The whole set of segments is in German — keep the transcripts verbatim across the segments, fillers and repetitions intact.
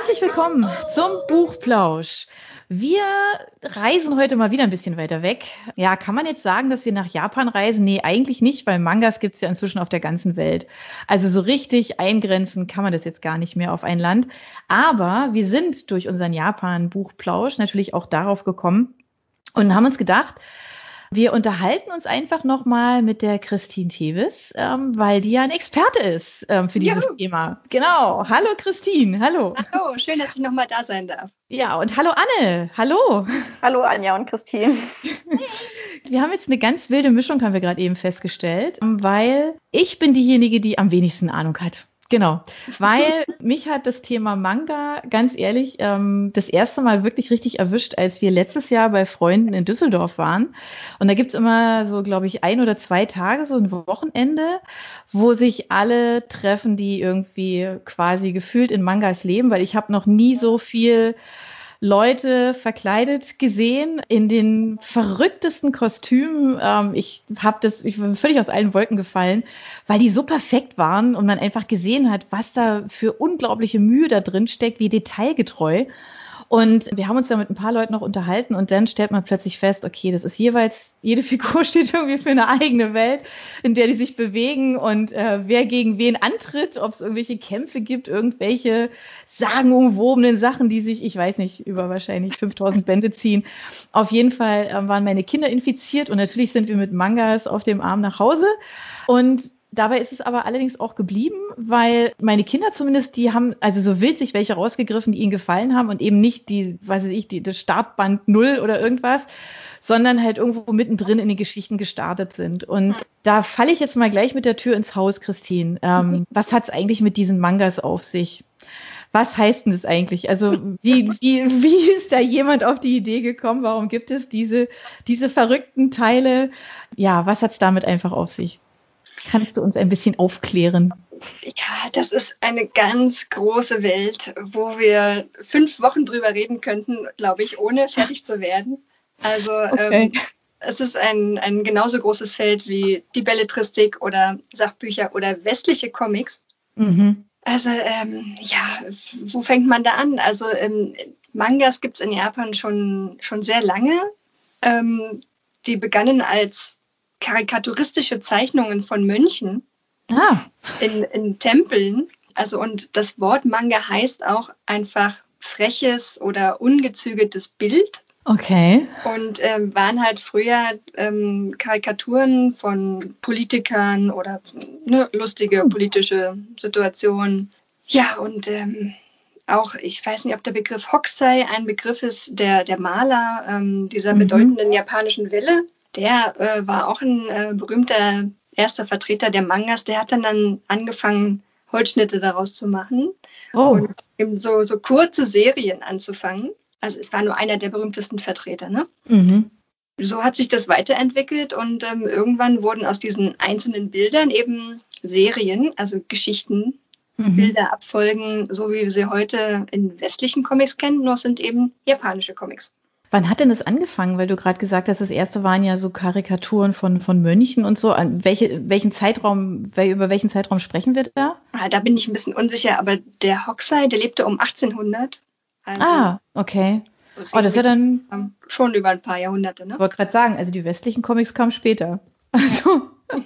Herzlich willkommen zum Buchplausch. Wir reisen heute mal wieder ein bisschen weiter weg. Ja, kann man jetzt sagen, dass wir nach Japan reisen? Nee, eigentlich nicht, weil Mangas gibt es ja inzwischen auf der ganzen Welt. Also so richtig eingrenzen kann man das jetzt gar nicht mehr auf ein Land. Aber wir sind durch unseren Japan-Buchplausch natürlich auch darauf gekommen und haben uns gedacht, wir unterhalten uns einfach nochmal mit der Christine Tevis, ähm, weil die ja ein Experte ist ähm, für dieses Juhu. Thema. Genau. Hallo Christine, hallo. Hallo, schön, dass ich nochmal da sein darf. Ja, und hallo Anne, hallo. Hallo Anja und Christine. Wir haben jetzt eine ganz wilde Mischung, haben wir gerade eben festgestellt, weil ich bin diejenige, die am wenigsten Ahnung hat. Genau, weil mich hat das Thema Manga, ganz ehrlich, ähm, das erste Mal wirklich richtig erwischt, als wir letztes Jahr bei Freunden in Düsseldorf waren. Und da gibt's immer so, glaube ich, ein oder zwei Tage, so ein Wochenende, wo sich alle treffen, die irgendwie quasi gefühlt in Mangas leben, weil ich habe noch nie so viel Leute verkleidet gesehen in den verrücktesten Kostümen. Ähm, ich habe das, ich bin völlig aus allen Wolken gefallen, weil die so perfekt waren und man einfach gesehen hat, was da für unglaubliche Mühe da drin steckt, wie detailgetreu. Und wir haben uns da mit ein paar Leuten noch unterhalten und dann stellt man plötzlich fest, okay, das ist jeweils, jede Figur steht irgendwie für eine eigene Welt, in der die sich bewegen und äh, wer gegen wen antritt, ob es irgendwelche Kämpfe gibt, irgendwelche sagenumwobenen Sachen, die sich, ich weiß nicht, über wahrscheinlich fünftausend Bände ziehen. Auf jeden Fall äh, waren meine Kinder infiziert und natürlich sind wir mit Mangas auf dem Arm nach Hause und dabei ist es aber allerdings auch geblieben, weil meine Kinder zumindest, die haben also so wild sich welche rausgegriffen, die ihnen gefallen haben und eben nicht die, weiß ich, die, das Startband null oder irgendwas, sondern halt irgendwo mittendrin in den Geschichten gestartet sind. Und da falle ich jetzt mal gleich mit der Tür ins Haus, Christine. Ähm, was hat es eigentlich mit diesen Mangas auf sich? Was heißt denn das eigentlich? Also wie, wie, wie ist da jemand auf die Idee gekommen? Warum gibt es diese, diese verrückten Teile? Ja, was hat es damit einfach auf sich? Kannst du uns ein bisschen aufklären? Ja, das ist eine ganz große Welt, wo wir fünf Wochen drüber reden könnten, glaube ich, ohne fertig zu werden. Also okay. ähm, es ist ein, ein genauso großes Feld wie die Belletristik oder Sachbücher oder westliche Comics. Mhm. Also ähm, ja, wo fängt man da an? Also ähm, Mangas gibt es in Japan schon, schon sehr lange. Ähm, die begannen als karikaturistische Zeichnungen von Mönchen ah. in, in Tempeln. Also und das Wort Manga heißt auch einfach freches oder ungezügeltes Bild. Okay. Und ähm, waren halt früher ähm, Karikaturen von Politikern oder ne, lustige politische Situationen. Ja, und ähm, auch, ich weiß nicht, ob der Begriff Hokusai ein Begriff ist, der, der Maler ähm, dieser mhm. bedeutenden japanischen Welle. Der äh, war auch ein äh, berühmter erster Vertreter der Mangas. Der hat dann, dann angefangen, Holzschnitte daraus zu machen oh. und eben so, so kurze Serien anzufangen. Also es war nur einer der berühmtesten Vertreter. Ne? Mhm. So hat sich das weiterentwickelt und ähm, irgendwann wurden aus diesen einzelnen Bildern eben Serien, also Geschichten, mhm. Bilder, Abfolgen, so wie wir sie heute in westlichen Comics kennen, nur sind eben japanische Comics. Wann hat denn das angefangen? Weil du gerade gesagt hast, das erste waren ja so Karikaturen von, von Mönchen und so. An welche, welchen Zeitraum, über welchen Zeitraum sprechen wir da? Ah, da bin ich ein bisschen unsicher, aber der Hokusai, der lebte um achtzehnhundert. Also ah, okay. Oh, das ist ja dann schon über ein paar Jahrhunderte, ne? Ich wollte gerade sagen, also die westlichen Comics kamen später. Also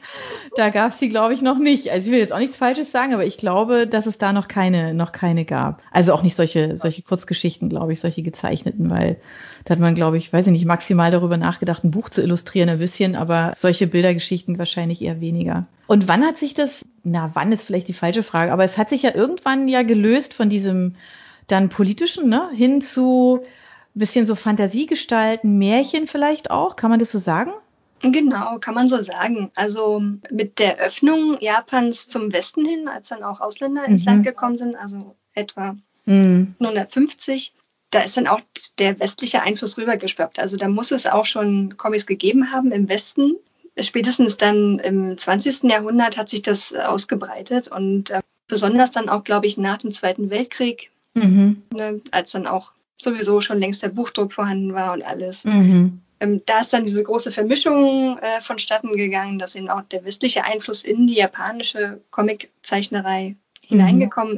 da gab es die, glaube ich, noch nicht. Also ich will jetzt auch nichts Falsches sagen, aber ich glaube, dass es da noch keine, noch keine gab. Also auch nicht solche, solche Kurzgeschichten, glaube ich, solche gezeichneten, weil da hat man, glaube ich, weiß ich nicht, maximal darüber nachgedacht, ein Buch zu illustrieren ein bisschen, aber solche Bildergeschichten wahrscheinlich eher weniger. Und wann hat sich das, na, wann ist vielleicht die falsche Frage, aber es hat sich ja irgendwann ja gelöst von diesem dann politischen, ne, hin zu ein bisschen so Fantasiegestalten, Märchen vielleicht auch, kann man das so sagen? Genau, kann man so sagen. Also mit der Öffnung Japans zum Westen hin, als dann auch Ausländer mhm. ins Land gekommen sind, also etwa mhm. neunzehnhundertfünfzig, da ist dann auch der westliche Einfluss rübergeschwappt. Also da muss es auch schon Comics gegeben haben im Westen. Spätestens dann im zwanzigsten Jahrhundert hat sich das ausgebreitet und äh, besonders dann auch, glaube ich, nach dem Zweiten Weltkrieg, mhm. ne, als dann auch sowieso schon längst der Buchdruck vorhanden war und alles. Mhm. Da ist dann diese große Vermischung äh, vonstatten gegangen, dass eben auch der westliche Einfluss in die japanische Comiczeichnerei mhm. hineingekommen ist.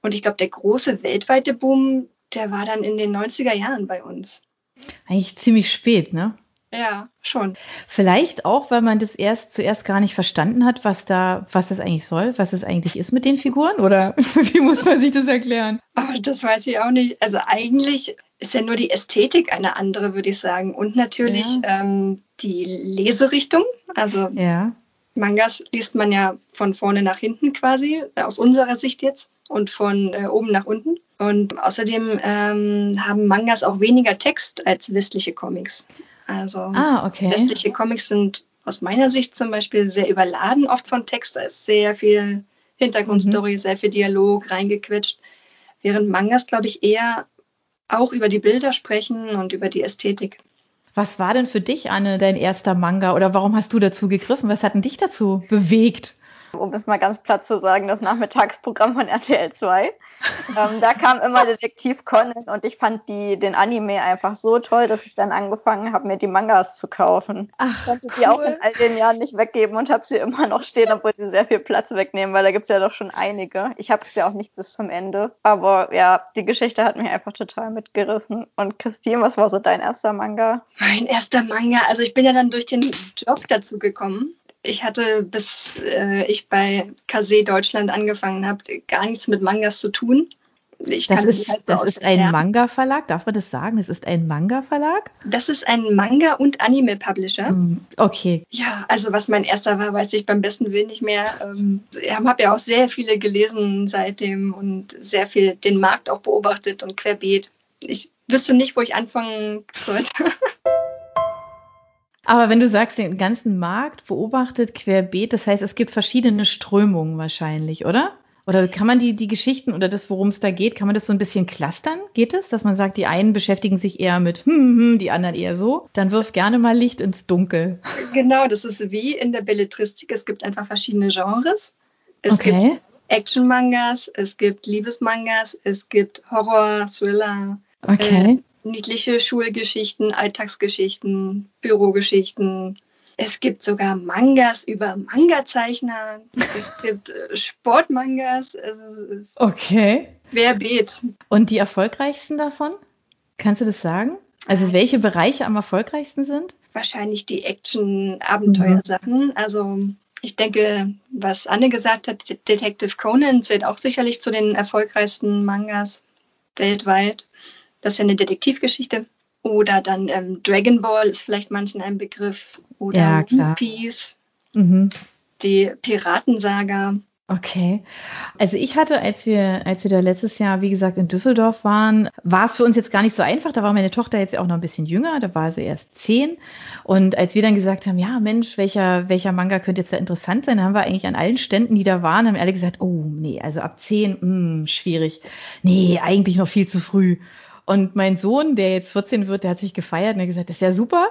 Und ich glaube, der große weltweite Boom, der war dann in den neunziger Jahren bei uns. Eigentlich ziemlich spät, ne? Ja, schon. Vielleicht auch, weil man das erst zuerst gar nicht verstanden hat, was da, was das eigentlich soll, was es eigentlich ist mit den Figuren, oder wie muss man sich das erklären? Aber das weiß ich auch nicht. Also eigentlich ist ja nur die Ästhetik eine andere, würde ich sagen. Und natürlich ja. ähm, die Leserichtung. Also ja. Mangas liest man ja von vorne nach hinten quasi, aus unserer Sicht jetzt, und von äh, oben nach unten. Und außerdem ähm, haben Mangas auch weniger Text als westliche Comics. Also ah, okay. westliche Comics sind aus meiner Sicht zum Beispiel sehr überladen oft von Text. Da ist sehr viel Hintergrundstory, mhm. sehr viel Dialog reingequetscht. Während Mangas, glaube ich, eher auch über die Bilder sprechen und über die Ästhetik. Was war denn für dich, Anne, dein erster Manga? Oder warum hast du dazu gegriffen? Was hat denn dich dazu bewegt? Um es mal ganz platt zu sagen, das Nachmittagsprogramm von R T L zwei. ähm, da kam immer Detektiv Conan und ich fand die, den Anime einfach so toll, dass ich dann angefangen habe, mir die Mangas zu kaufen. Ach, ich konnte cool. die auch in all den Jahren nicht weggeben und habe sie immer noch stehen, obwohl sie sehr viel Platz wegnehmen, weil da gibt es ja doch schon einige. Ich habe sie auch nicht bis zum Ende, aber ja, die Geschichte hat mich einfach total mitgerissen. Und Christine, was war so dein erster Manga? Mein erster Manga, also ich bin ja dann durch den Job dazu gekommen. Ich hatte, bis äh, ich bei Kase Deutschland angefangen habe, gar nichts mit Mangas zu tun. Ich das ist, halt so das ist ein Manga-Verlag, darf man das sagen? Es ist ein Manga-Verlag? Das ist ein Manga- und Anime-Publisher. Okay. Ja, also was mein erster war, weiß ich beim besten Willen nicht mehr. Ähm, ich habe ja auch sehr viele gelesen seitdem und sehr viel den Markt auch beobachtet und querbeet. Ich wüsste nicht, wo ich anfangen sollte. Aber wenn du sagst, den ganzen Markt beobachtet querbeet, das heißt, es gibt verschiedene Strömungen wahrscheinlich, oder? Oder kann man die, die Geschichten oder das, worum es da geht, kann man das so ein bisschen clustern? Geht es, dass man sagt, die einen beschäftigen sich eher mit hm, hm, die anderen eher so? Dann wirf gerne mal Licht ins Dunkel. Genau, das ist wie in der Belletristik. Es gibt einfach verschiedene Genres. Es okay. gibt Action-Mangas, es gibt Liebesmangas, es gibt Horror, Thriller, okay. äh, niedliche Schulgeschichten, Alltagsgeschichten, Bürogeschichten. Es gibt sogar Mangas über Manga-Zeichner. Es gibt äh, Sportmangas. Es okay. Querbeet. Und die erfolgreichsten davon? Kannst du das sagen? Also welche Bereiche am erfolgreichsten sind? Wahrscheinlich die Action-Abenteuersachen. Mhm. Also ich denke, was Anne gesagt hat, Detective Conan zählt auch sicherlich zu den erfolgreichsten Mangas weltweit. Das ist ja eine Detektivgeschichte. Oder dann ähm, Dragon Ball ist vielleicht manchen ein Begriff. Oder ja, One Piece, mhm. die Piratensaga. Okay. Also ich hatte, als wir, als wir da letztes Jahr, wie gesagt, in Düsseldorf waren, war es für uns jetzt gar nicht so einfach. Da war meine Tochter jetzt auch noch ein bisschen jünger, da war sie erst zehn. Und als wir dann gesagt haben, ja Mensch, welcher, welcher Manga könnte jetzt da interessant sein, dann haben wir eigentlich an allen Ständen, die da waren, haben alle gesagt, oh nee, also ab zehn, mh, schwierig. Nee, eigentlich noch viel zu früh. Und mein Sohn, der jetzt vierzehn wird, der hat sich gefeiert und hat gesagt, das ist ja super.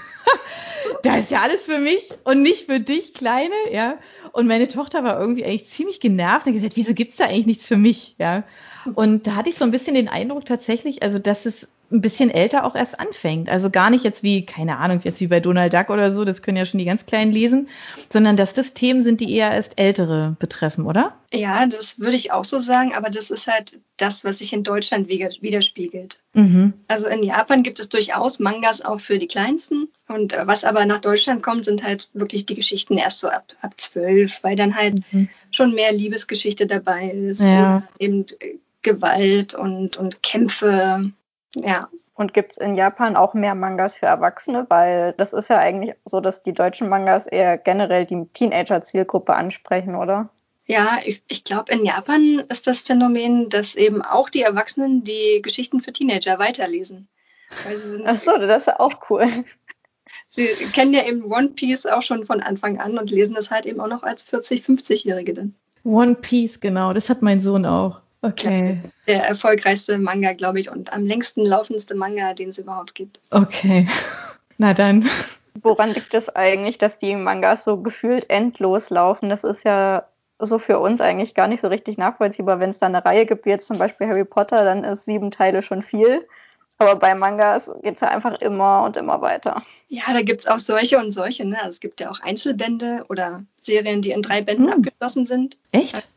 Da ist ja alles für mich und nicht für dich, Kleine, ja. Und meine Tochter war irgendwie eigentlich ziemlich genervt und hat gesagt, wieso gibt's da eigentlich nichts für mich, ja. Und da hatte ich so ein bisschen den Eindruck tatsächlich, also dass es ein bisschen älter auch erst anfängt. Also gar nicht jetzt wie, keine Ahnung, jetzt wie bei Donald Duck oder so, das können ja schon die ganz Kleinen lesen, sondern dass das Themen sind, die eher erst Ältere betreffen, oder? Ja, das würde ich auch so sagen, aber das ist halt das, was sich in Deutschland widerspiegelt. Mhm. Also in Japan gibt es durchaus Mangas auch für die Kleinsten und was aber nach Deutschland kommt, sind halt wirklich die Geschichten erst so ab, ab zwölf, weil dann halt mhm. schon mehr Liebesgeschichte dabei ist ja. und eben Gewalt und, und Kämpfe. Ja. Und gibt es in Japan auch mehr Mangas für Erwachsene? Weil das ist ja eigentlich so, dass die deutschen Mangas eher generell die Teenager-Zielgruppe ansprechen, oder? Ja, ich, ich glaube, in Japan ist das Phänomen, dass eben auch die Erwachsenen die Geschichten für Teenager weiterlesen. Weil sie sind, ach so, das ist auch cool. Sie kennen ja eben One Piece auch schon von Anfang an und lesen das halt eben auch noch als vierzig-, fünfzigjährige dann. One Piece, genau, das hat mein Sohn auch. Okay. Ja, der erfolgreichste Manga, glaube ich, und am längsten laufendste Manga, den es überhaupt gibt. Okay, na dann. Woran liegt es eigentlich, dass die Mangas so gefühlt endlos laufen? Das ist ja so für uns eigentlich gar nicht so richtig nachvollziehbar. Wenn es da eine Reihe gibt, wie jetzt zum Beispiel Harry Potter, dann ist sieben Teile schon viel. Aber bei Mangas geht es ja einfach immer und immer weiter. Ja, da gibt es auch solche und solche. Ne? Also es gibt ja auch Einzelbände oder Serien, die in drei Bänden hm. abgeschlossen sind. Echt? Ähm,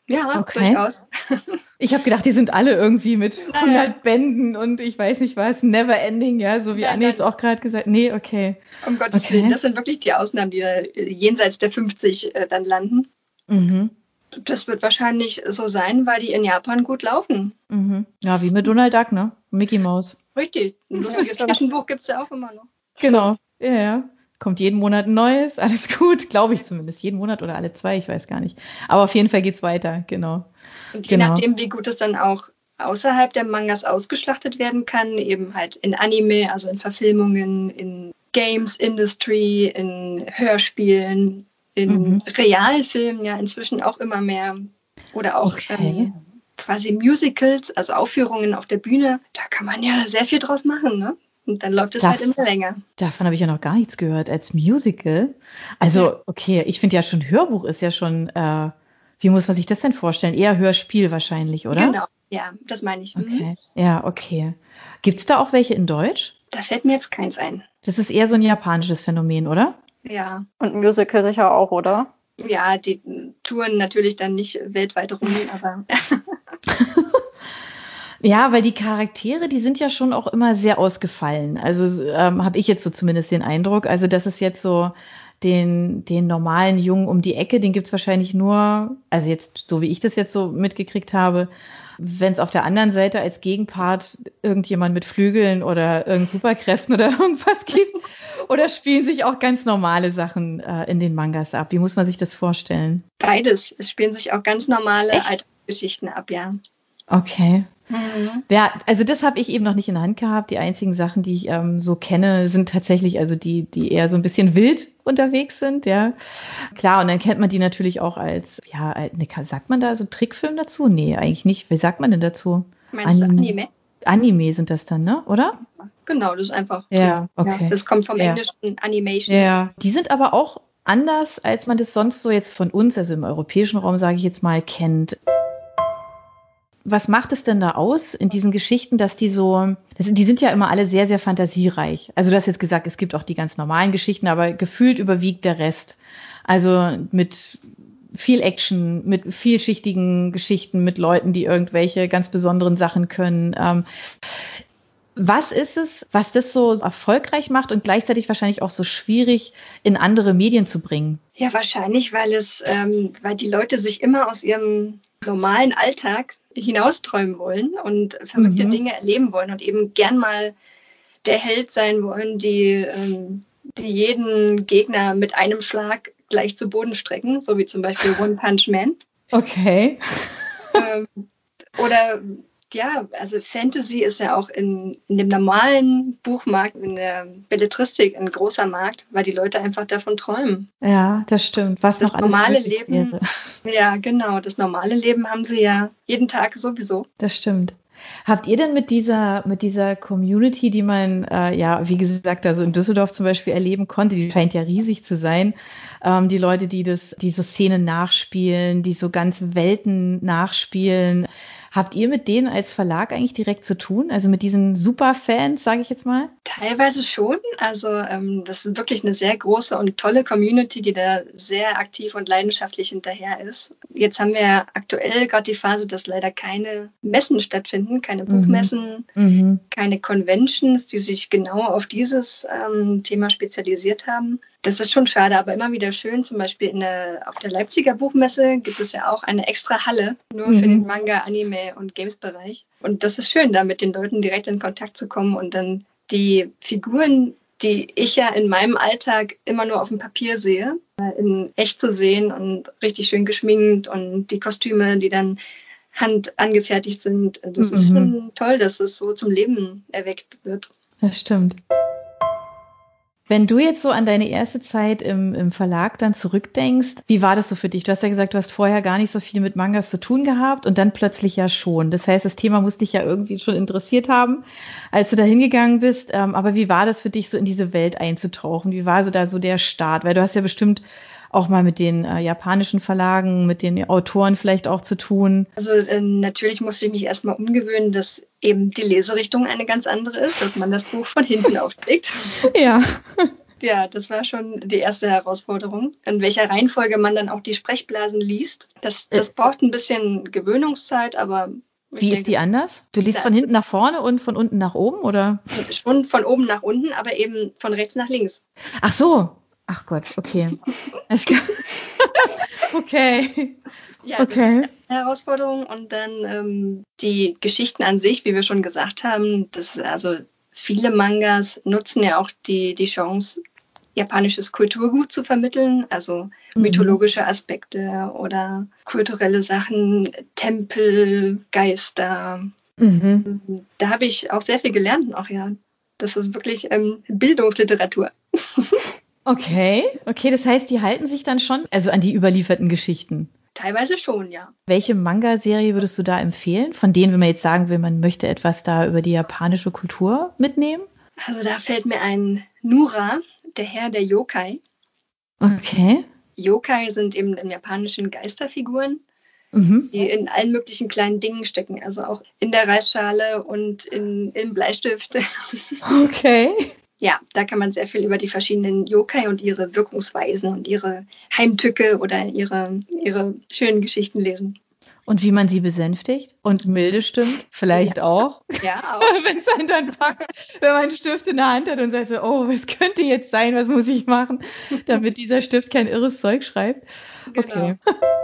Ja, Okay. durchaus. Ich habe gedacht, die sind alle irgendwie mit Nein, hundert nein. Bänden und ich weiß nicht was, never ending, ja, so wie Nein, Anne jetzt nein. auch gerade gesagt. Nee, okay. Um Gottes Okay. Willen, das sind wirklich die Ausnahmen, die da jenseits der fünfzig äh, dann landen. Mhm. Das wird wahrscheinlich so sein, weil die in Japan gut laufen. Mhm. Ja, wie mit Donald Duck, ne? Mickey Mouse. Richtig. Ein lustiges Taschenbuch gibt es ja auch immer noch. Genau. Ja, ja. Kommt jeden Monat ein neues, alles gut, glaube ich zumindest. Jeden Monat oder alle zwei, ich weiß gar nicht. Aber auf jeden Fall geht's weiter, genau. Und je Genau. nachdem, wie gut es dann auch außerhalb der Mangas ausgeschlachtet werden kann, eben halt in Anime, also in Verfilmungen, in Games Industry, in Hörspielen, in Mhm. Realfilmen ja inzwischen auch immer mehr. Oder auch Okay. ähm, quasi Musicals, also Aufführungen auf der Bühne. Da kann man ja sehr viel draus machen, ne? Und dann läuft es Das- halt immer länger. Davon habe ich ja noch gar nichts gehört als Musical. Also, okay, ich finde ja schon Hörbuch ist ja schon, äh, wie muss man sich das denn vorstellen? Eher Hörspiel wahrscheinlich, oder? Genau, ja, das meine ich. Mhm. Okay. Ja, okay. Gibt es da auch welche in Deutsch? Da fällt mir jetzt keins ein. Das ist eher so ein japanisches Phänomen, oder? Ja, Und Musical sicher auch, oder? ja, die touren natürlich dann nicht weltweit rum, aber Ja, weil die Charaktere, die sind ja schon auch immer sehr ausgefallen. Also ähm, habe ich jetzt so zumindest den Eindruck. Also das ist jetzt so den, den normalen Jungen um die Ecke, den gibt's wahrscheinlich nur, also jetzt so wie ich das jetzt so mitgekriegt habe, wenn es auf der anderen Seite als Gegenpart irgendjemand mit Flügeln oder irgend Superkräften oder irgendwas gibt. Oder spielen sich auch ganz normale Sachen äh, in den Mangas ab? Wie muss man sich das vorstellen? beides. Es spielen sich auch ganz normale Echt? Alltagsgeschichten ab, ja. Okay. Mhm. Ja, also das habe ich eben noch nicht in der Hand gehabt. Die einzigen Sachen, die ich ähm, so kenne, sind tatsächlich also die, die eher so ein bisschen wild unterwegs sind, ja. Klar, und dann kennt man die natürlich auch als, ja, als- ne, sagt man da so Trickfilm dazu? Nee, eigentlich nicht. Wie sagt man denn dazu? Meinst du Anime. Anime? Anime sind das dann, ne? Oder? Genau, das ist einfach. Ja, okay. Das kommt vom Ja. englischen Animation. Ja, die sind aber auch anders, als man das sonst so jetzt von uns, also im europäischen Raum, sage ich jetzt mal, kennt. Was macht es denn da aus in diesen Geschichten, dass die so, das sind, die sind ja immer alle sehr, sehr fantasiereich. Also du hast jetzt gesagt, es gibt auch die ganz normalen Geschichten, aber gefühlt überwiegt der Rest. Also mit viel Action, mit vielschichtigen Geschichten, mit Leuten, die irgendwelche ganz besonderen Sachen können. Ähm, was ist es, was das so erfolgreich macht und gleichzeitig wahrscheinlich auch so schwierig in andere Medien zu bringen? Ja, wahrscheinlich, weil es, ähm, weil die Leute sich immer aus ihrem normalen Alltag hinausträumen wollen und verrückte Mhm. Dinge erleben wollen und eben gern mal der Held sein wollen, die, ähm, die jeden Gegner mit einem Schlag gleich zu Boden strecken, so wie zum Beispiel One Punch Man. Okay. ähm, oder ja, also Fantasy ist ja auch in, in dem normalen Buchmarkt, in der Belletristik ein großer Markt, weil die Leute einfach davon träumen. Ja, das stimmt. Was Das noch alles normale möglich Leben, wäre. ja genau, das normale Leben haben sie ja jeden Tag sowieso. Das stimmt. Habt ihr denn mit dieser, mit dieser Community, die man, äh, ja, wie gesagt, also in Düsseldorf zum Beispiel erleben konnte, die scheint ja riesig zu sein, ähm, die Leute, die das, die so Szenen nachspielen, die so ganze Welten nachspielen. Habt ihr mit denen als Verlag eigentlich direkt zu tun? Also mit diesen Superfans, sage ich jetzt mal? Teilweise schon. Also ähm, das ist wirklich eine sehr große und tolle Community, die da sehr aktiv und leidenschaftlich hinterher ist. Jetzt haben wir aktuell gerade die Phase, dass leider keine Messen stattfinden, keine Buchmessen, Mhm. keine Conventions, die sich genau auf dieses ähm, Thema spezialisiert haben. Das ist schon schade, aber immer wieder schön. Zum Beispiel in der, auf der Leipziger Buchmesse gibt es ja auch eine extra Halle nur für Mhm. den Manga, Anime und Games-Bereich. Und das ist schön, da mit den Leuten direkt in Kontakt zu kommen und dann die Figuren, die ich ja in meinem Alltag immer nur auf dem Papier sehe, in echt zu sehen und richtig schön geschminkt und die Kostüme, die dann handangefertigt sind. Das ist Mhm. schon toll, dass es so zum Leben erweckt wird. Das stimmt. Wenn du jetzt so an deine erste Zeit im, im Verlag dann zurückdenkst, wie war das so für dich? Du hast ja gesagt, du hast vorher gar nicht so viel mit Mangas zu tun gehabt und dann plötzlich ja schon. Das heißt, das Thema muss dich ja irgendwie schon interessiert haben, als du da hingegangen bist. Ähm, aber wie war das für dich, so in diese Welt einzutauchen? Wie war so da so der Start? Weil du hast ja bestimmt auch mal mit den äh, japanischen Verlagen, mit den Autoren vielleicht auch zu tun. Also äh, natürlich musste ich mich erstmal umgewöhnen, dass eben die Leserichtung eine ganz andere ist, dass man das Buch von hinten aufschlägt. Ja. Ja, das war schon die erste Herausforderung. In welcher Reihenfolge man dann auch die Sprechblasen liest. Das, das braucht ein bisschen Gewöhnungszeit, aber ich Wie denke, ist die anders? Du liest von hinten nach vorne und von unten nach oben, oder? schon von oben nach unten, aber eben von rechts nach links. Ach so. Ach Gott, okay. Okay. Ja, okay. das ist eine Herausforderung. Und dann ähm, die Geschichten an sich, wie wir schon gesagt haben, das also viele Mangas nutzen ja auch die, die Chance, japanisches Kulturgut zu vermitteln, also Mhm. mythologische Aspekte oder kulturelle Sachen, Tempel, Geister. Mhm. Da habe ich auch sehr viel gelernt auch, ja. Das ist wirklich ähm, Bildungsliteratur. Okay, okay, das heißt, die halten sich dann schon, also an die überlieferten Geschichten. Teilweise schon, ja. Welche Manga-Serie würdest du da empfehlen? Von denen, wenn man jetzt sagen will, man möchte etwas da über die japanische Kultur mitnehmen? Also da fällt mir ein Nura, der Herr der Yokai. Okay. Yokai sind eben im Japanischen Geisterfiguren, Mhm. die in allen möglichen kleinen Dingen stecken. Also auch in der Reisschale und in, in Bleistift. Okay. Ja, da kann man sehr viel über die verschiedenen Yokai und ihre Wirkungsweisen und ihre Heimtücke oder ihre, ihre schönen Geschichten lesen. Und wie man sie besänftigt? Und milde stimmt? Vielleicht auch? Ja, auch. Wenn es einen dann packt, wenn man einen Stift in der Hand hat und sagt so, oh, was könnte jetzt sein, was muss ich machen, damit dieser Stift kein irres Zeug schreibt? Okay.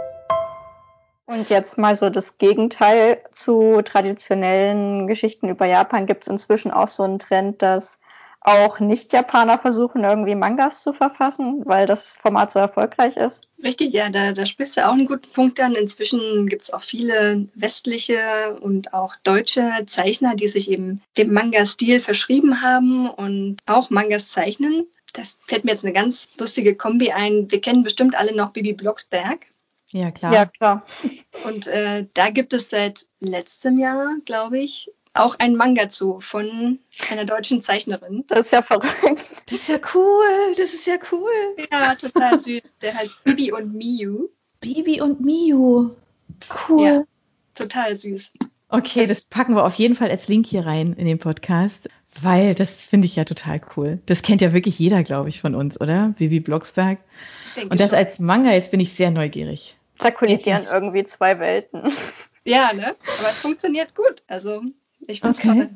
Und jetzt mal so das Gegenteil zu traditionellen Geschichten über Japan. Gibt es inzwischen auch so einen Trend, dass auch Nicht-Japaner versuchen, irgendwie Mangas zu verfassen, weil das Format so erfolgreich ist? Richtig, ja, da, da sprichst du auch einen guten Punkt an. Inzwischen gibt es auch viele westliche und auch deutsche Zeichner, die sich eben dem Manga-Stil verschrieben haben und auch Mangas zeichnen. Da fällt mir jetzt eine ganz lustige Kombi ein. Wir kennen bestimmt alle noch Bibi Blocksberg. Ja, klar. Ja, klar. Und äh, da gibt es seit letztem Jahr, glaube ich, auch ein Manga zu von einer deutschen Zeichnerin. Das ist ja verrückt. Das ist ja cool, das ist ja cool. Ja, total süß. Der heißt Bibi und Miu. Bibi und Miu. Cool. Ja, total süß. Okay, das packen wir auf jeden Fall als Link hier rein in den Podcast, weil das finde ich ja total cool. Das kennt ja wirklich jeder, glaube ich, von uns, oder? Bibi Blocksberg. Und das schon. als Manga, jetzt bin ich sehr neugierig. Da kollidieren irgendwie zwei Welten. Ja, ne? Aber es funktioniert gut. Also ich finde es Okay. toll.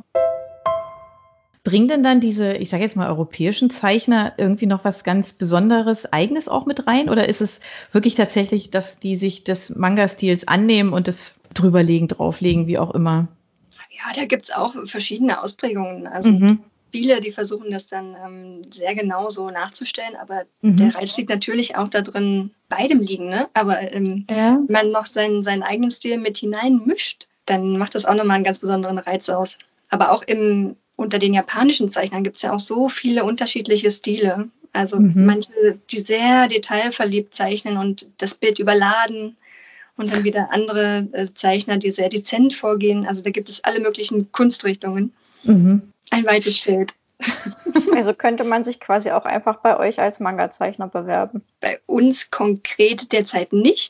Bringen denn dann diese, ich sage jetzt mal, europäischen Zeichner irgendwie noch was ganz Besonderes, Eigenes auch mit rein? Oder ist es wirklich tatsächlich, dass die sich des Manga-Stils annehmen und das drüberlegen, drauflegen, wie auch immer? Ja, da gibt es auch verschiedene Ausprägungen. Also Mhm. viele, die versuchen das dann ähm, sehr genau so nachzustellen, aber Mhm. der Reiz liegt natürlich auch da drin, beidem liegen, ne? Aber ähm, Ja. wenn man noch seinen, seinen eigenen Stil mit hineinmischt, dann macht das auch nochmal einen ganz besonderen Reiz aus. Aber auch im, unter den japanischen Zeichnern gibt es ja auch so viele unterschiedliche Stile. Also Mhm. manche, die sehr detailverliebt zeichnen und das Bild überladen. Und dann wieder andere äh, Zeichner, die sehr dezent vorgehen. Also da gibt es alle möglichen Kunstrichtungen. Mhm. Ein weites Feld. Also könnte man sich quasi auch einfach bei euch als Manga-Zeichner bewerben. Bei uns konkret derzeit nicht.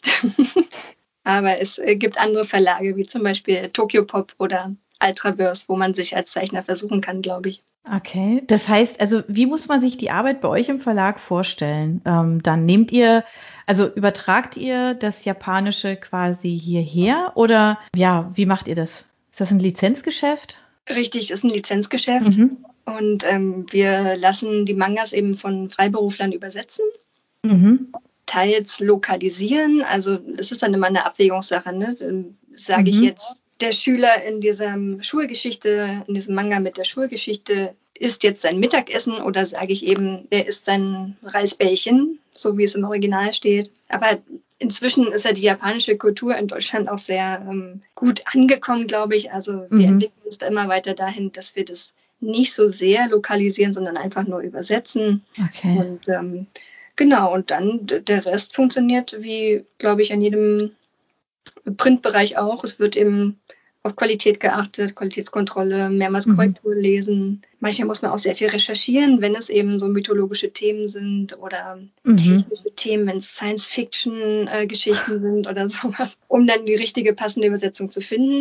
Aber es äh, gibt andere Verlage, wie zum Beispiel Tokyopop oder Ultraverse, wo man sich als Zeichner versuchen kann, glaube ich. Okay, das heißt, also wie muss man sich die Arbeit bei euch im Verlag vorstellen? Ähm, dann nehmt ihr, also übertragt ihr das Japanische quasi hierher oder ja, wie macht ihr das? Ist das ein Lizenzgeschäft? Richtig, ist ein Lizenzgeschäft. Mhm. Und ähm, wir lassen die Mangas eben von Freiberuflern übersetzen. Mhm. Teils lokalisieren. Also es ist dann immer eine Abwägungssache. Ne? Sage Mhm. ich jetzt, der Schüler in dieser Schulgeschichte, in diesem Manga mit der Schulgeschichte, isst jetzt sein Mittagessen oder sage ich eben, der isst sein Reisbällchen, so wie es im Original steht. Aber inzwischen ist ja die japanische Kultur in Deutschland auch sehr ähm, gut angekommen, glaube ich. Also wir Mhm. entwickeln uns da immer weiter dahin, dass wir das nicht so sehr lokalisieren, sondern einfach nur übersetzen. Okay. Und ähm, genau, und dann d- der Rest funktioniert wie, glaube ich, an jedem Printbereich auch. Es wird eben auf Qualität geachtet, Qualitätskontrolle, mehrmals Mhm. Korrektur lesen. Manchmal muss man auch sehr viel recherchieren, wenn es eben so mythologische Themen sind oder Mhm. technische Themen, wenn es Science-Fiction-Geschichten sind oder sowas, um dann die richtige, passende Übersetzung zu finden.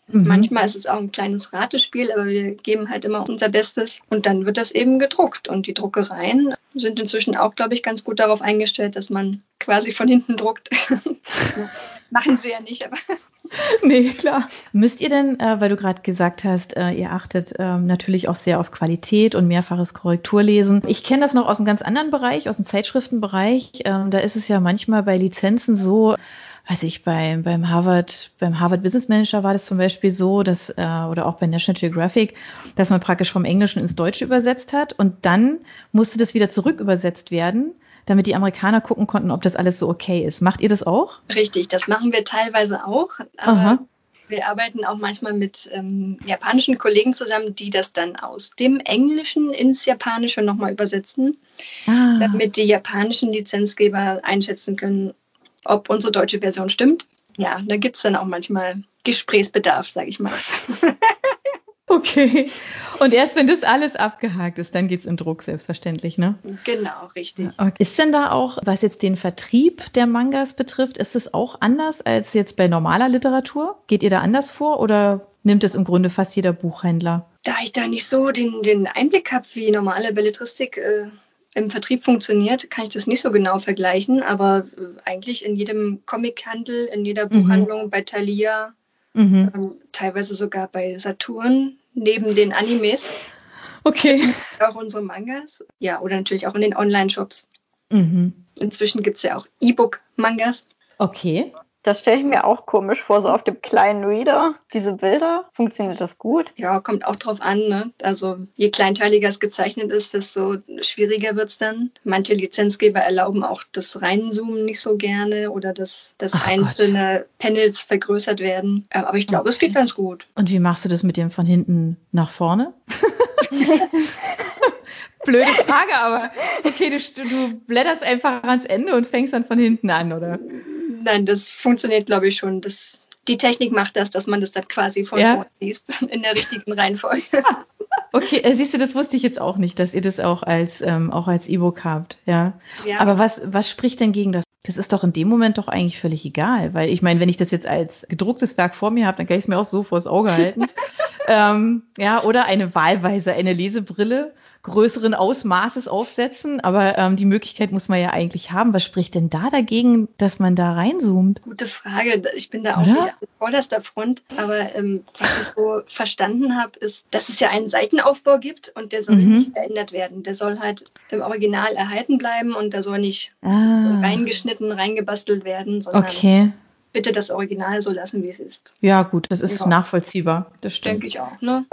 Mhm. Manchmal ist es auch ein kleines Ratespiel, aber wir geben halt immer unser Bestes. Und dann wird das eben gedruckt. Und die Druckereien sind inzwischen auch, glaube ich, ganz gut darauf eingestellt, dass man quasi von hinten druckt. Machen sie ja nicht, aber... Nee, klar. Müsst ihr denn, äh, weil du gerade gesagt hast, äh, ihr achtet ähm, natürlich auch sehr auf Qualität und mehrfaches Korrekturlesen. Ich kenne das noch aus einem ganz anderen Bereich, aus dem Zeitschriftenbereich. Ähm, da ist es ja manchmal bei Lizenzen so, weiß ich, beim, beim Harvard, beim Harvard Business Manager war das zum Beispiel so, dass, äh, oder auch bei National Geographic, dass man praktisch vom Englischen ins Deutsche übersetzt hat und dann musste das wieder zurück übersetzt werden, damit die Amerikaner gucken konnten, ob das alles so okay ist. Macht ihr das auch? Richtig, das machen wir teilweise auch, aber Aha. wir arbeiten auch manchmal mit ähm, japanischen Kollegen zusammen, die das dann aus dem Englischen ins Japanische nochmal übersetzen, ah. damit die japanischen Lizenzgeber einschätzen können, ob unsere deutsche Version stimmt. Ja, da gibt es dann auch manchmal Gesprächsbedarf, sage ich mal. Okay. Und erst wenn das alles abgehakt ist, dann geht's in Druck, selbstverständlich, ne? Genau, richtig. Okay. Ist denn da auch, was jetzt den Vertrieb der Mangas betrifft, ist es auch anders als jetzt bei normaler Literatur? Geht ihr da anders vor oder nimmt es im Grunde fast jeder Buchhändler? Da ich da nicht so den, den Einblick habe, wie normale Belletristik äh, im Vertrieb funktioniert, kann ich das nicht so genau vergleichen, aber äh, eigentlich in jedem Comichandel, in jeder Buchhandlung, mhm. bei Thalia, Mhm. Ähm, teilweise sogar bei Saturn, neben den Animes. Okay. Auch unsere Mangas. Ja, oder natürlich auch in den Online-Shops. Mhm. Inzwischen gibt es ja auch E-Book-Mangas. Okay. Das stelle ich mir auch komisch vor, so auf dem kleinen Reader, diese Bilder. Funktioniert das gut? Ja, kommt auch drauf an, ne? Also je kleinteiliger es gezeichnet ist, desto schwieriger wird es dann. Manche Lizenzgeber erlauben auch das Reinzoomen nicht so gerne oder dass, dass einzelne Gott. Panels vergrößert werden. Aber ich glaube, okay. es geht ganz gut. Und wie machst du das mit dem von hinten nach vorne? Blöde Frage, aber okay, du, du blätterst einfach ans Ende und fängst dann von hinten an, oder? Nein, das funktioniert, glaube ich, schon. Das, die Technik macht das, dass man das dann quasi von ja. vorne liest, in der richtigen Reihenfolge. Okay, äh, siehst du, das wusste ich jetzt auch nicht, dass ihr das auch als ähm, auch als E-Book habt, ja. ja. Aber was, was spricht denn gegen das? Das ist doch in dem Moment doch eigentlich völlig egal, weil ich meine, wenn ich das jetzt als gedrucktes Werk vor mir habe, dann kann ich es mir auch so vors Auge halten. ähm, ja, oder eine wahlweise eine Lesebrille größeren Ausmaßes aufsetzen, aber ähm, die Möglichkeit muss man ja eigentlich haben. Was spricht denn da dagegen, dass man da reinzoomt? Gute Frage. Ich bin da auch Oder? nicht an vorderster Front, aber ähm, was ich so verstanden habe, ist, dass es ja einen Seitenaufbau gibt und der soll mhm. nicht verändert werden. Der soll halt im Original erhalten bleiben und da soll nicht ah. reingeschnitten, reingebastelt werden, sondern okay. bitte das Original so lassen, wie es ist. Ja gut, das ist ja. nachvollziehbar. Das stimmt. Denke ich auch, ne?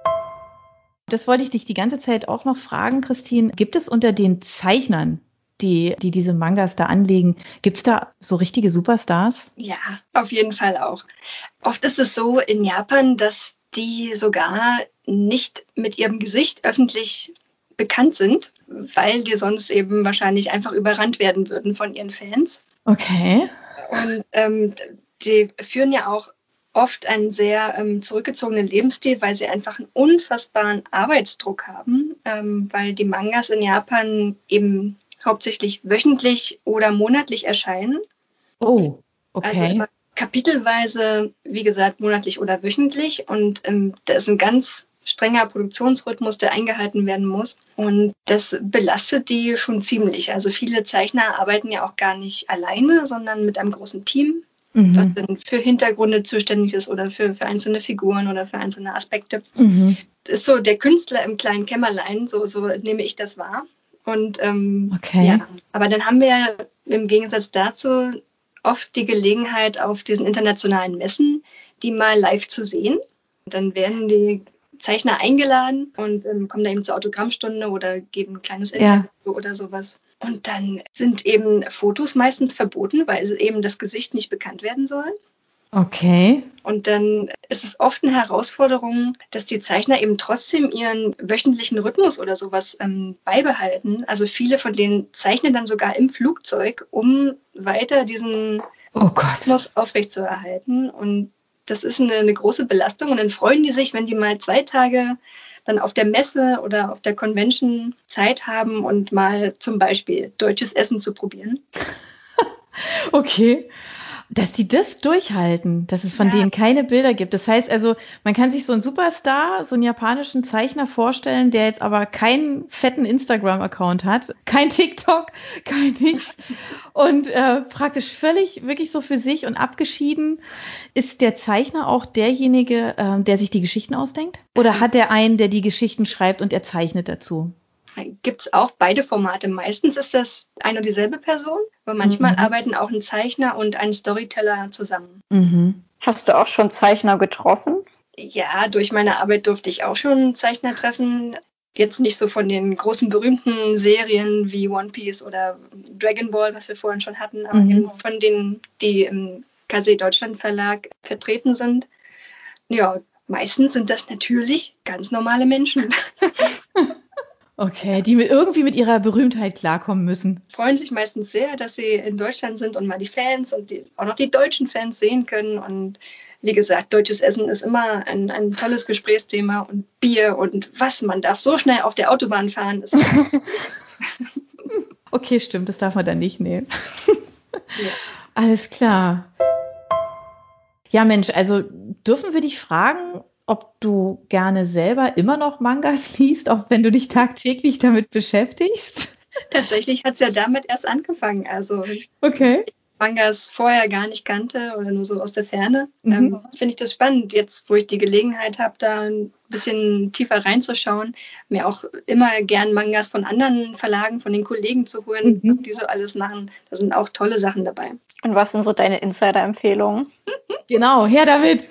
Das wollte ich dich die ganze Zeit auch noch fragen, Christine. Gibt es unter den Zeichnern, die, die diese Mangas da anlegen, gibt es da so richtige Superstars? Ja, auf jeden Fall auch. Oft ist es so in Japan, dass die sogar nicht mit ihrem Gesicht öffentlich bekannt sind, weil die sonst eben wahrscheinlich einfach überrannt werden würden von ihren Fans. Okay. Und ähm, die führen ja auch oft einen sehr ähm, zurückgezogenen Lebensstil, weil sie einfach einen unfassbaren Arbeitsdruck haben, ähm, weil die Mangas in Japan eben hauptsächlich wöchentlich oder monatlich erscheinen. Oh, okay. Also immer kapitelweise, wie gesagt, monatlich oder wöchentlich. Und ähm, da ist ein ganz strenger Produktionsrhythmus, der eingehalten werden muss. Und das belastet die schon ziemlich. Also viele Zeichner arbeiten ja auch gar nicht alleine, sondern mit einem großen Team, mhm. was dann für Hintergründe zuständig ist oder für, für einzelne Figuren oder für einzelne Aspekte. Mhm. Das ist so der Künstler im kleinen Kämmerlein, so, so nehme ich das wahr. Und ähm, okay. ja, aber dann haben wir ja im Gegensatz dazu oft die Gelegenheit, auf diesen internationalen Messen die mal live zu sehen. Und dann werden die Zeichner eingeladen und ähm, kommen da eben zur Autogrammstunde oder geben ein kleines Interview ja. oder sowas. Und dann sind eben Fotos meistens verboten, weil eben das Gesicht nicht bekannt werden soll. Okay. Und dann ist es oft eine Herausforderung, dass die Zeichner eben trotzdem ihren wöchentlichen Rhythmus oder sowas ähm, beibehalten. Also viele von denen zeichnen dann sogar im Flugzeug, um weiter diesen oh Gott. Rhythmus aufrechtzuerhalten. Und das ist eine, eine große Belastung. Und dann freuen die sich, wenn die mal zwei Tage dann auf der Messe oder auf der Convention Zeit haben und mal zum Beispiel deutsches Essen zu probieren. Okay. dass die das durchhalten, dass es von ja. denen keine Bilder gibt. Das heißt also, man kann sich so einen Superstar, so einen japanischen Zeichner vorstellen, der jetzt aber keinen fetten Instagram-Account hat, kein TikTok, kein nichts und äh, praktisch völlig wirklich so für sich und abgeschieden. Ist der Zeichner auch derjenige, äh, der sich die Geschichten ausdenkt? Oder hat der einen, der die Geschichten schreibt und er zeichnet dazu? Gibt es auch beide Formate. Meistens ist das eine und dieselbe Person, aber manchmal mhm. arbeiten auch ein Zeichner und ein Storyteller zusammen. Mhm. Hast du auch schon Zeichner getroffen? Ja, durch meine Arbeit durfte ich auch schon Zeichner treffen. Jetzt nicht so von den großen berühmten Serien wie One Piece oder Dragon Ball, was wir vorhin schon hatten, aber mhm. eben von denen, die im K S E Deutschland Verlag vertreten sind. Ja, meistens sind das natürlich ganz normale Menschen. Okay, die mit, irgendwie mit ihrer Berühmtheit klarkommen müssen. Freuen sich meistens sehr, dass sie in Deutschland sind und mal die Fans und die, auch noch die deutschen Fans sehen können. Und wie gesagt, deutsches Essen ist immer ein, ein tolles Gesprächsthema und Bier und was, man darf so schnell auf der Autobahn fahren. Ist okay, stimmt, das darf man dann nicht nehmen. Ja. Alles klar. Ja, Mensch, also dürfen wir dich fragen, ob du gerne selber immer noch Mangas liest, auch wenn du dich tagtäglich damit beschäftigst? Tatsächlich hat es ja damit erst angefangen. Also okay. ich Mangas vorher gar nicht kannte oder nur so aus der Ferne. Mhm. Ähm, finde ich das spannend, jetzt wo ich die Gelegenheit habe, da ein bisschen tiefer reinzuschauen, mir auch immer gern Mangas von anderen Verlagen, von den Kollegen zu holen, mhm. was die so alles machen. Da sind auch tolle Sachen dabei. Und was sind so deine Insider-Empfehlungen? Genau, her damit!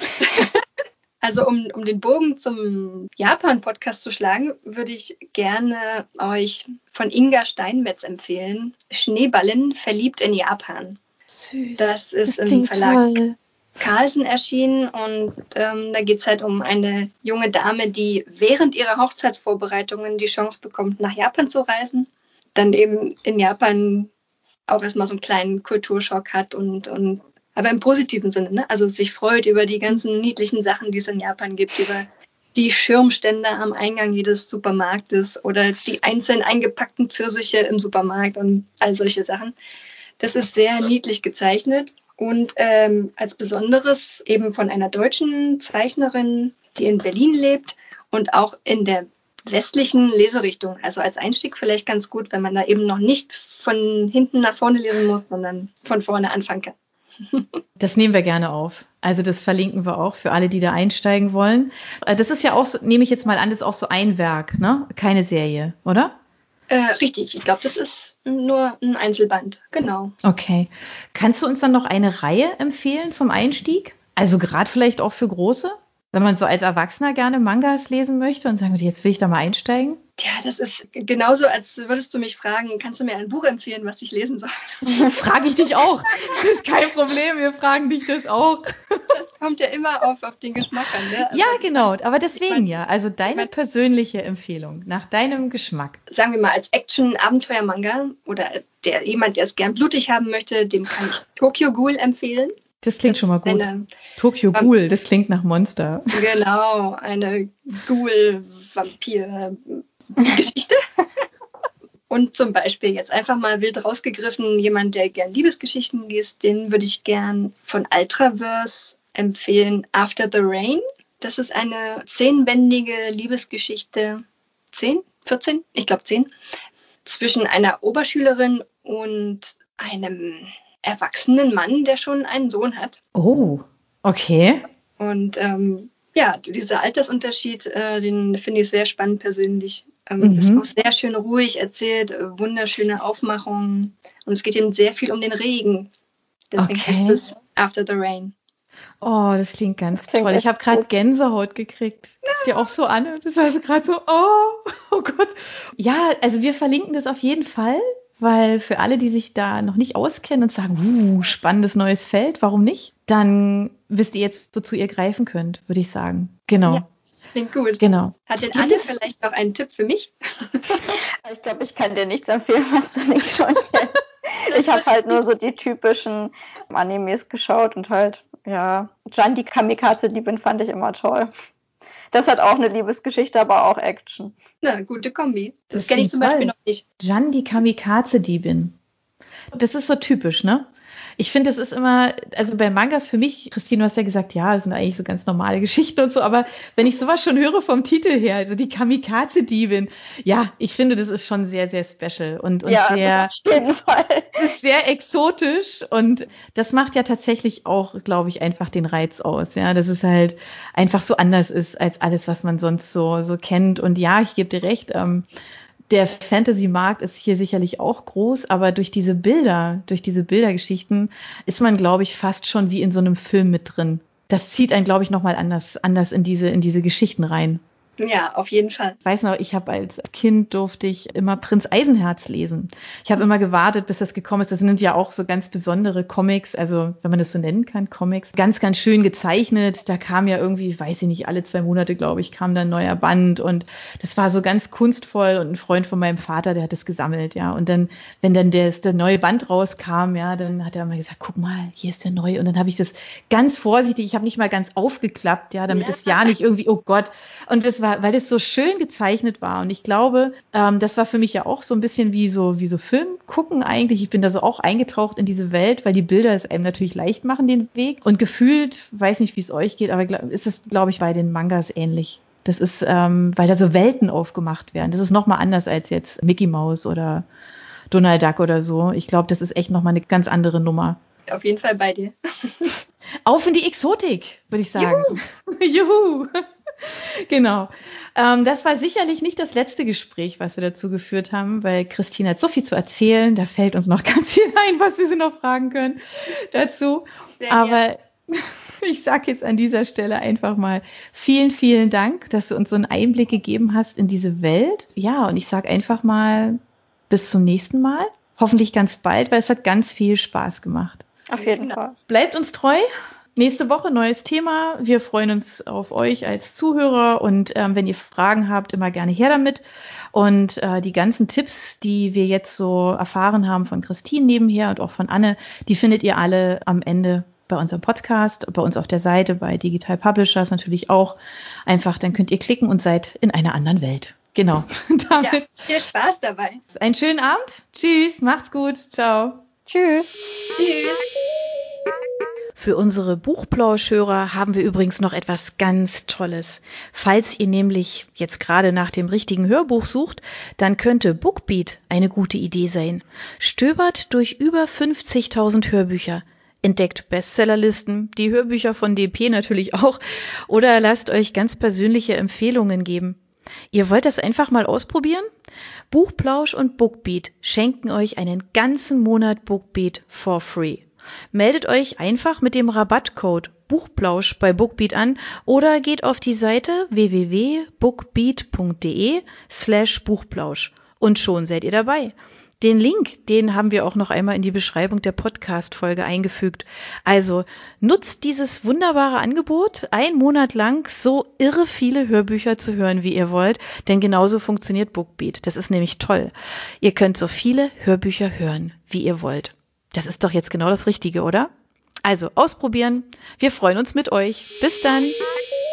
Also um, um den Bogen zum Japan-Podcast zu schlagen, würde ich gerne euch von Inga Steinmetz empfehlen. Schneeballen verliebt in Japan. Süß. Das ist das im Verlag toll. Carlsen erschienen und ähm, da geht es halt um eine junge Dame, die während ihrer Hochzeitsvorbereitungen die Chance bekommt, nach Japan zu reisen. Dann eben in Japan auch erstmal so einen kleinen Kulturschock hat und, und aber im positiven Sinne, ne? Also sich freut über die ganzen niedlichen Sachen, die es in Japan gibt, über die Schirmstände am Eingang jedes Supermarktes oder die einzeln eingepackten Pfirsiche im Supermarkt und all solche Sachen. Das ist sehr niedlich gezeichnet und ähm, als Besonderes eben von einer deutschen Zeichnerin, die in Berlin lebt und auch in der westlichen Leserichtung. Also als Einstieg vielleicht ganz gut, wenn man da eben noch nicht von hinten nach vorne lesen muss, sondern von vorne anfangen kann. Das nehmen wir gerne auf. Also das verlinken wir auch für alle, die da einsteigen wollen. Das ist ja auch, so, nehme ich jetzt mal an, das ist auch so ein Werk, ne? Keine Serie, oder? Äh, richtig, ich glaube, das ist nur ein Einzelband, genau. Okay. Kannst du uns dann noch eine Reihe empfehlen zum Einstieg? Also gerade vielleicht auch für Große? Wenn man so als Erwachsener gerne Mangas lesen möchte und sagen, jetzt will ich da mal einsteigen? Ja, das ist genauso, als würdest du mich fragen, kannst du mir ein Buch empfehlen, was ich lesen soll? Frage ich dich auch. Das ist kein Problem, wir fragen dich das auch. Das kommt ja immer auf, auf den Geschmack an. Ne? Also, ja, genau, aber deswegen ich mein, ja. Also deine ich mein, persönliche Empfehlung, nach deinem Geschmack. Sagen wir mal, als Action-Abenteuer-Manga oder der, jemand, der es gern blutig haben möchte, dem kann ich Tokyo Ghoul empfehlen. Das klingt das schon mal gut. Eine, Tokyo Ghoul, das klingt nach Monster. Genau, eine Ghoul-Vampir-Geschichte. Und zum Beispiel jetzt einfach mal wild rausgegriffen, jemand, der gern Liebesgeschichten liest, den würde ich gern von Ultraverse empfehlen, After the Rain. Das ist eine zehnbändige Liebesgeschichte, zehn, vierzehn, ich glaube zehn, zwischen einer Oberschülerin und einem erwachsenen Mann, der schon einen Sohn hat. Oh, okay. Und ähm, ja, dieser Altersunterschied, äh, den finde ich sehr spannend persönlich. Ähm, mhm. Ist auch sehr schön ruhig erzählt, äh, wunderschöne Aufmachungen. Und es geht eben sehr viel um den Regen. Deswegen okay. heißt es After the Rain. Oh, das klingt ganz das klingt toll. Ich habe gerade Gänsehaut gekriegt. Ja. Ist dir auch so, Anne? Das war also gerade so, oh, oh Gott. Ja, also wir verlinken das auf jeden Fall. Weil für alle, die sich da noch nicht auskennen und sagen, uh, spannendes neues Feld, warum nicht? Dann wisst ihr jetzt, wozu ihr greifen könnt, würde ich sagen. Genau. Ja, klingt gut. Genau. Hat denn Anne vielleicht noch einen Tipp für mich? Ich glaube, ich kann dir nichts empfehlen, was du nicht schon kennst. Ich habe halt nur so die typischen Animes geschaut und halt, ja, Jan, die Kamikaze-Diebin fand ich immer toll. Das hat auch eine Liebesgeschichte, aber auch Action. Na, gute Kombi. Das, das kenne ich zum Beispiel noch nicht. Jan, die Kamikaze-Diebin. Das ist so typisch, ne? Ich finde, es ist immer, also bei Mangas für mich, Christine, du hast ja gesagt, ja, das sind eigentlich so ganz normale Geschichten und so, aber wenn ich sowas schon höre vom Titel her, also die Kamikaze-Diebin, ja, ich finde, das ist schon sehr, sehr special und, und ja, sehr, auf jeden Fall. sehr exotisch und das macht ja tatsächlich auch, glaube ich, einfach den Reiz aus, ja, dass es halt einfach so anders ist als alles, was man sonst so, so kennt. Und ja, ich gebe dir recht, ähm, der Fantasy-Markt ist hier sicherlich auch groß, aber durch diese Bilder, durch diese Bildergeschichten ist man, glaube ich, fast schon wie in so einem Film mit drin. Das zieht einen, glaube ich, nochmal anders, anders in diese, in diese Geschichten rein. Ja, auf jeden Fall. Ich weiß noch, ich habe als Kind durfte ich immer Prinz Eisenherz lesen. Ich habe immer gewartet, bis das gekommen ist. Das sind ja auch so ganz besondere Comics, also wenn man das so nennen kann, Comics. Ganz, ganz schön gezeichnet. Da kam ja irgendwie, weiß ich nicht, alle zwei Monate, glaube ich, kam da ein neuer Band und das war so ganz kunstvoll und ein Freund von meinem Vater, der hat das gesammelt, ja. Und dann, wenn dann der, der neue Band rauskam, ja, dann hat er immer gesagt, guck mal, hier ist der neue. Und dann habe ich das ganz vorsichtig, ich habe nicht mal ganz aufgeklappt, ja, damit ja. das ja nicht irgendwie, oh Gott. Und das war weil das so schön gezeichnet war. Und ich glaube, ähm, das war für mich ja auch so ein bisschen wie so, wie so Film gucken eigentlich. Ich bin da so auch eingetaucht in diese Welt, weil die Bilder es einem natürlich leicht machen, den Weg. Und gefühlt, weiß nicht, wie es euch geht, aber glaub, ist es, glaube ich, bei den Mangas ähnlich. Das ist, ähm, weil da so Welten aufgemacht werden. Das ist nochmal anders als jetzt Mickey Mouse oder Donald Duck oder so. Ich glaube, das ist echt nochmal eine ganz andere Nummer. Auf jeden Fall bei dir. Auf in die Exotik, würde ich sagen. Juhu! Juhu. Genau. Ähm, das war sicherlich nicht das letzte Gespräch, was wir dazu geführt haben, weil Christine hat so viel zu erzählen. Da fällt uns noch ganz viel ein, was wir sie noch fragen können dazu. Sehr Aber ich sage jetzt an dieser Stelle einfach mal vielen, vielen Dank, dass du uns so einen Einblick gegeben hast in diese Welt. Ja, und ich sage einfach mal bis zum nächsten Mal. Hoffentlich ganz bald, weil es hat ganz viel Spaß gemacht. Auf jeden Fall. Bleibt uns treu. Nächste Woche neues Thema. Wir freuen uns auf euch als Zuhörer und ähm, wenn ihr Fragen habt, immer gerne her damit. Und äh, die ganzen Tipps, die wir jetzt so erfahren haben von Christine nebenher und auch von Anne, die findet ihr alle am Ende bei unserem Podcast, bei uns auf der Seite, bei Digital Publishers natürlich auch. Einfach, dann könnt ihr klicken und seid in einer anderen Welt. Genau. Damit ja, viel Spaß dabei. Einen schönen Abend. Tschüss, macht's gut. Ciao. Tschüss. Tschüss. Für unsere Buchplauschhörer haben wir übrigens noch etwas ganz Tolles. Falls ihr nämlich jetzt gerade nach dem richtigen Hörbuch sucht, dann könnte Bookbeat eine gute Idee sein. Stöbert durch über fünfzigtausend Hörbücher, entdeckt Bestsellerlisten, die Hörbücher von D P natürlich auch, oder lasst euch ganz persönliche Empfehlungen geben. Ihr wollt das einfach mal ausprobieren? Buchplausch und Bookbeat schenken euch einen ganzen Monat Bookbeat for free. Meldet euch einfach mit dem Rabattcode Buchplausch bei Bookbeat an oder geht auf die Seite w w w punkt bookbeat punkt d e slash Buchplausch und schon seid ihr dabei. Den Link, den haben wir auch noch einmal in die Beschreibung der Podcast-Folge eingefügt. Also nutzt dieses wunderbare Angebot, einen Monat lang so irre viele Hörbücher zu hören, wie ihr wollt, denn genauso funktioniert Bookbeat. Das ist nämlich toll. Ihr könnt so viele Hörbücher hören, wie ihr wollt. Das ist doch jetzt genau das Richtige, oder? Also ausprobieren. Wir freuen uns mit euch. Bis dann.